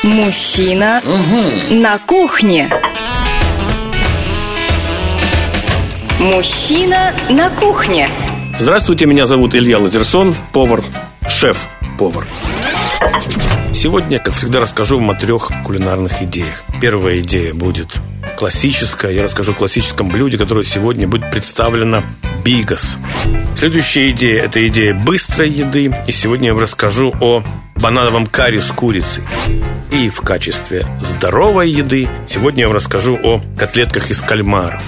Мужчина на кухне. Мужчина на кухне. Здравствуйте, меня зовут Илья Лазерсон, повар, шеф-повар. Сегодня, как всегда, расскажу вам о 3 кулинарных идеях. Первая идея будет классическая. Я расскажу о классическом блюде, которое сегодня будет представлено бигос. Следующая идея – это идея быстрой еды. И сегодня я вам расскажу о банановом карри с курицей. И в качестве здоровой еды сегодня я вам расскажу о котлетках из кальмаров.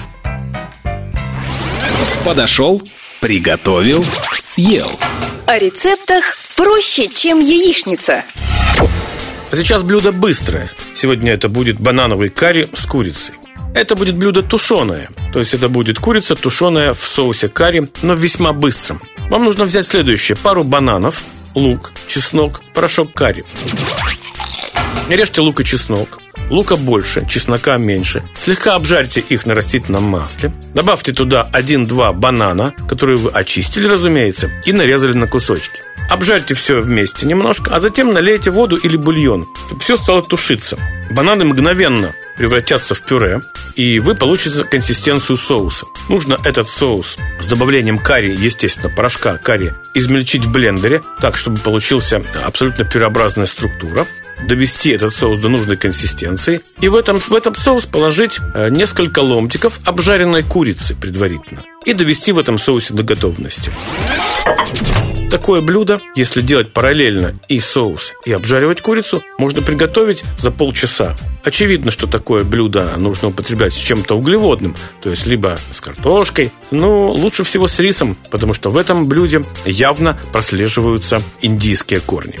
Подошел, приготовил, съел. О рецептах проще, чем яичница. А сейчас блюдо быстрое. Сегодня это будет банановый карри с курицей. Это будет блюдо тушеное. То есть это будет курица, тушеная в соусе карри, но весьма быстром. Вам нужно взять следующее: пару бананов, лук, чеснок, порошок карри. Режьте лук и чеснок. Лука больше, чеснока меньше. Слегка обжарьте их на растительном масле. Добавьте туда 1-2 банана, которые вы очистили, разумеется, и нарезали на кусочки. Обжарьте все вместе немножко, а затем налейте воду или бульон, чтобы все стало тушиться. Бананы мгновенно превратятся в пюре, и вы получите консистенцию соуса. Нужно этот соус с добавлением карри, естественно, порошка карри, измельчить в блендере, так, чтобы получился абсолютно пюреобразная структура. Довести этот соус до нужной консистенции. И в этом соус положить несколько ломтиков обжаренной курицы предварительно. И довести в этом соусе до готовности. Такое блюдо, если делать параллельно и соус, и обжаривать курицу, можно приготовить за полчаса. Очевидно, что такое блюдо нужно употреблять с чем-то углеводным, то есть либо с картошкой, но лучше всего с рисом, потому что в этом блюде явно прослеживаются индийские корни.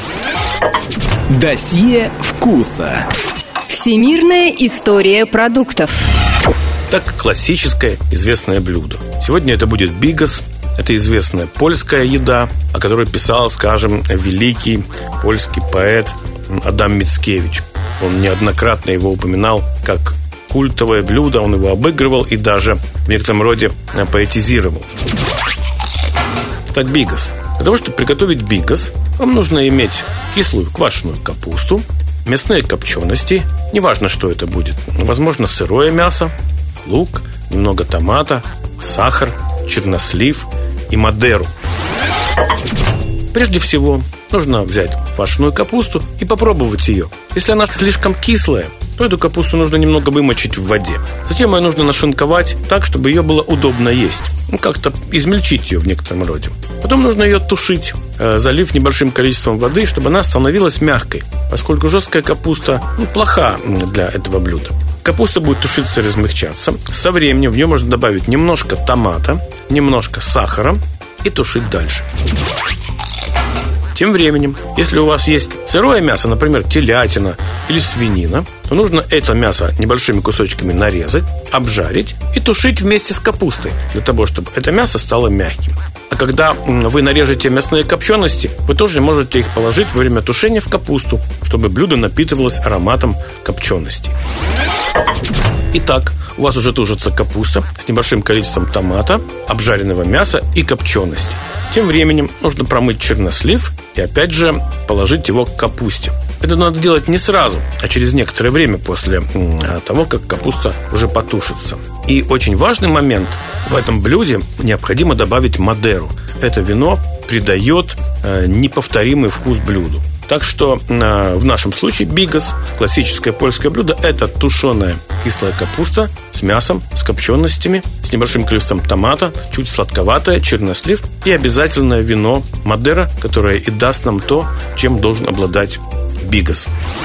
Досье вкуса. Всемирная история продуктов. Так, классическое известное блюдо. Сегодня это будет бигос. Это известная польская еда, о которой писал, скажем, великий польский поэт Адам Мицкевич. Он неоднократно его упоминал как культовое блюдо, он его обыгрывал и даже в некотором роде поэтизировал. Так, бигос. Для того, чтобы приготовить бигос, вам нужно иметь кислую квашеную капусту, мясные копчености, неважно, что это будет. Возможно, сырое мясо, лук, немного томата, сахар, чернослив и мадеру. Прежде всего, нужно взять квашеную капусту и попробовать ее. Если она слишком кислая, то эту капусту нужно немного вымочить в воде. Затем ее нужно нашинковать так, чтобы ее было удобно есть. Как-то измельчить ее в некотором роде. Потом нужно ее тушить, залив небольшим количеством воды, чтобы она становилась мягкой, поскольку жесткая капуста плоха для этого блюда. Капуста будет тушиться и размягчаться. Со временем в нее можно добавить немножко томата, немножко сахара и тушить дальше. Тем временем, если у вас есть сырое мясо, например, телятина или свинина, то нужно это мясо небольшими кусочками нарезать, обжарить и тушить вместе с капустой, для того, чтобы это мясо стало мягким. А когда вы нарежете мясные копчености, вы тоже можете их положить во время тушения в капусту, чтобы блюдо напитывалось ароматом копченостей. Итак, у вас уже тушится капуста с небольшим количеством томата, обжаренного мяса и копчености. Тем временем нужно промыть чернослив и опять же положить его к капусте. Это надо делать не сразу, а через некоторое время после того, как капуста уже потушится. И очень важный момент: в этом блюде необходимо добавить мадеру. Это вино придает неповторимый вкус блюду. Так что в нашем случае бигос, классическое польское блюдо, это тушеная кислая капуста с мясом, с копченостями, с небольшим количеством томата, чуть сладковатое, чернослив и обязательное вино мадера, которое и даст нам то, чем должен обладать бигос.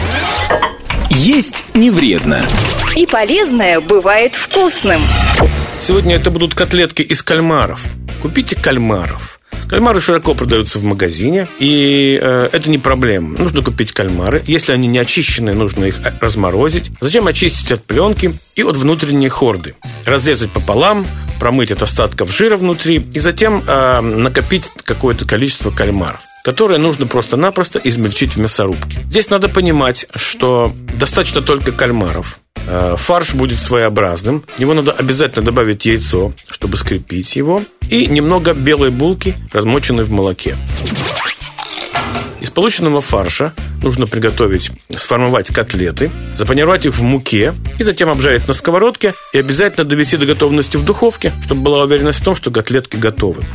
Есть не вредно. И полезное бывает вкусным. Сегодня это будут котлетки из кальмаров. Купите кальмаров. Кальмары широко продаются в магазине, и это не проблема. Нужно купить кальмары. Если они не очищенные, нужно их разморозить. Затем очистить от пленки и от внутренней хорды. Разрезать пополам, промыть от остатков жира внутри и затем накопить какое-то количество кальмаров, которые нужно просто-напросто измельчить в мясорубке. Здесь надо понимать, что достаточно только кальмаров. Фарш будет своеобразным. В него надо обязательно добавить яйцо, чтобы скрепить его, и немного белой булки, размоченной в молоке. Из полученного фарша нужно сформовать котлеты, запанировать их в муке и затем обжарить на сковородке и обязательно довести до готовности в духовке, чтобы была уверенность в том, что котлетки готовы.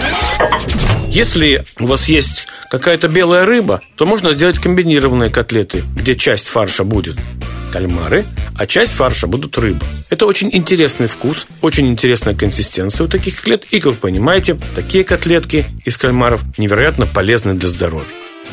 Если у вас есть какая-то белая рыба, то можно сделать комбинированные котлеты, где часть фарша будет кальмары, а часть фарша будут рыбы. Это очень интересный вкус, очень интересная консистенция у таких котлет. И, как вы понимаете, такие котлетки из кальмаров невероятно полезны для здоровья.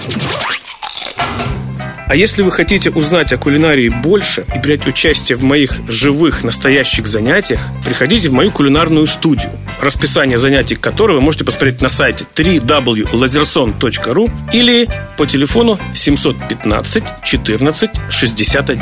А если вы хотите узнать о кулинарии больше и принять участие в моих живых, настоящих занятиях, приходите в мою кулинарную студию, расписание занятий которой вы можете посмотреть на сайте www.lazerson.ru или по телефону 715 14 61.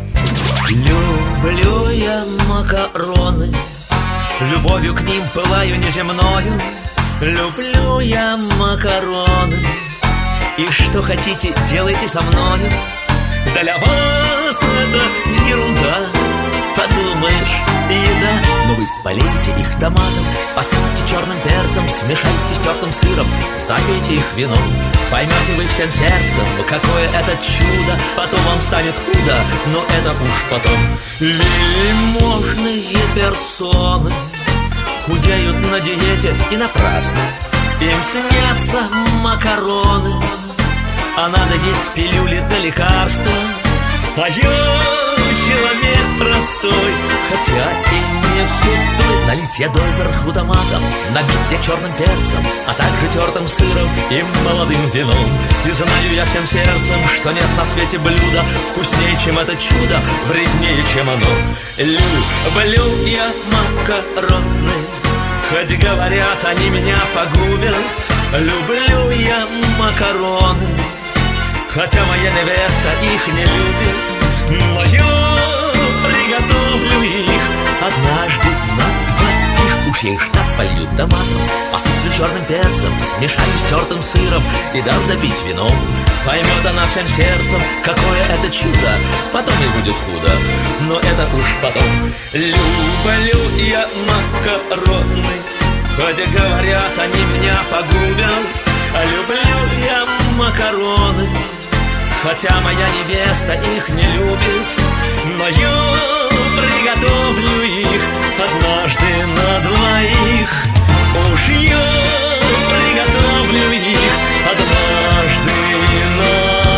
Люблю я макароны, любовью к ним пылаю неземною. Люблю я макароны, и что хотите, делайте со мною. Для вас это ерунда, подумаешь, еда. Но вы полейте их томатом, посыпьте черным перцем, смешайте с тертым сыром, запейте их вином. Поймете вы всем сердцем, какое это чудо. Потом вам станет худо, но это уж потом. Вельможные персоны худеют на диете и напрасно. Им снятся макароны, а надо есть пилюли для лекарства. А я человек простой, хотя и не худой. Налить я доверху томатом, набить я черным перцем, а также тертым сыром и молодым вином. И знаю я всем сердцем, что нет на свете блюда вкуснее, чем это чудо, вреднее, чем оно. Люблю я макароны, хоть говорят, они меня погубят. Люблю я макароны, хотя моя невеста их не любит. Но я приготовлю их однажды на двоих. Уж я их так полью томатом, посыплю черным перцем, смешаю с тертым сыром и дам запить вином. Поймет она всем сердцем, какое это чудо, потом и будет худо, но это уж потом. Люблю я макароны, хотя говорят, они меня погубят. Люблю я макароны, хотя моя невеста их не любит. Но я приготовлю их однажды на двоих. Уж я приготовлю их однажды на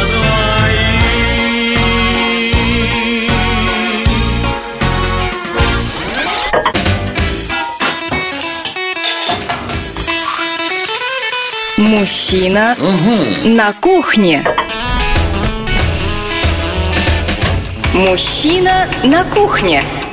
двоих. Мужчина на кухне. Мужчина на кухне.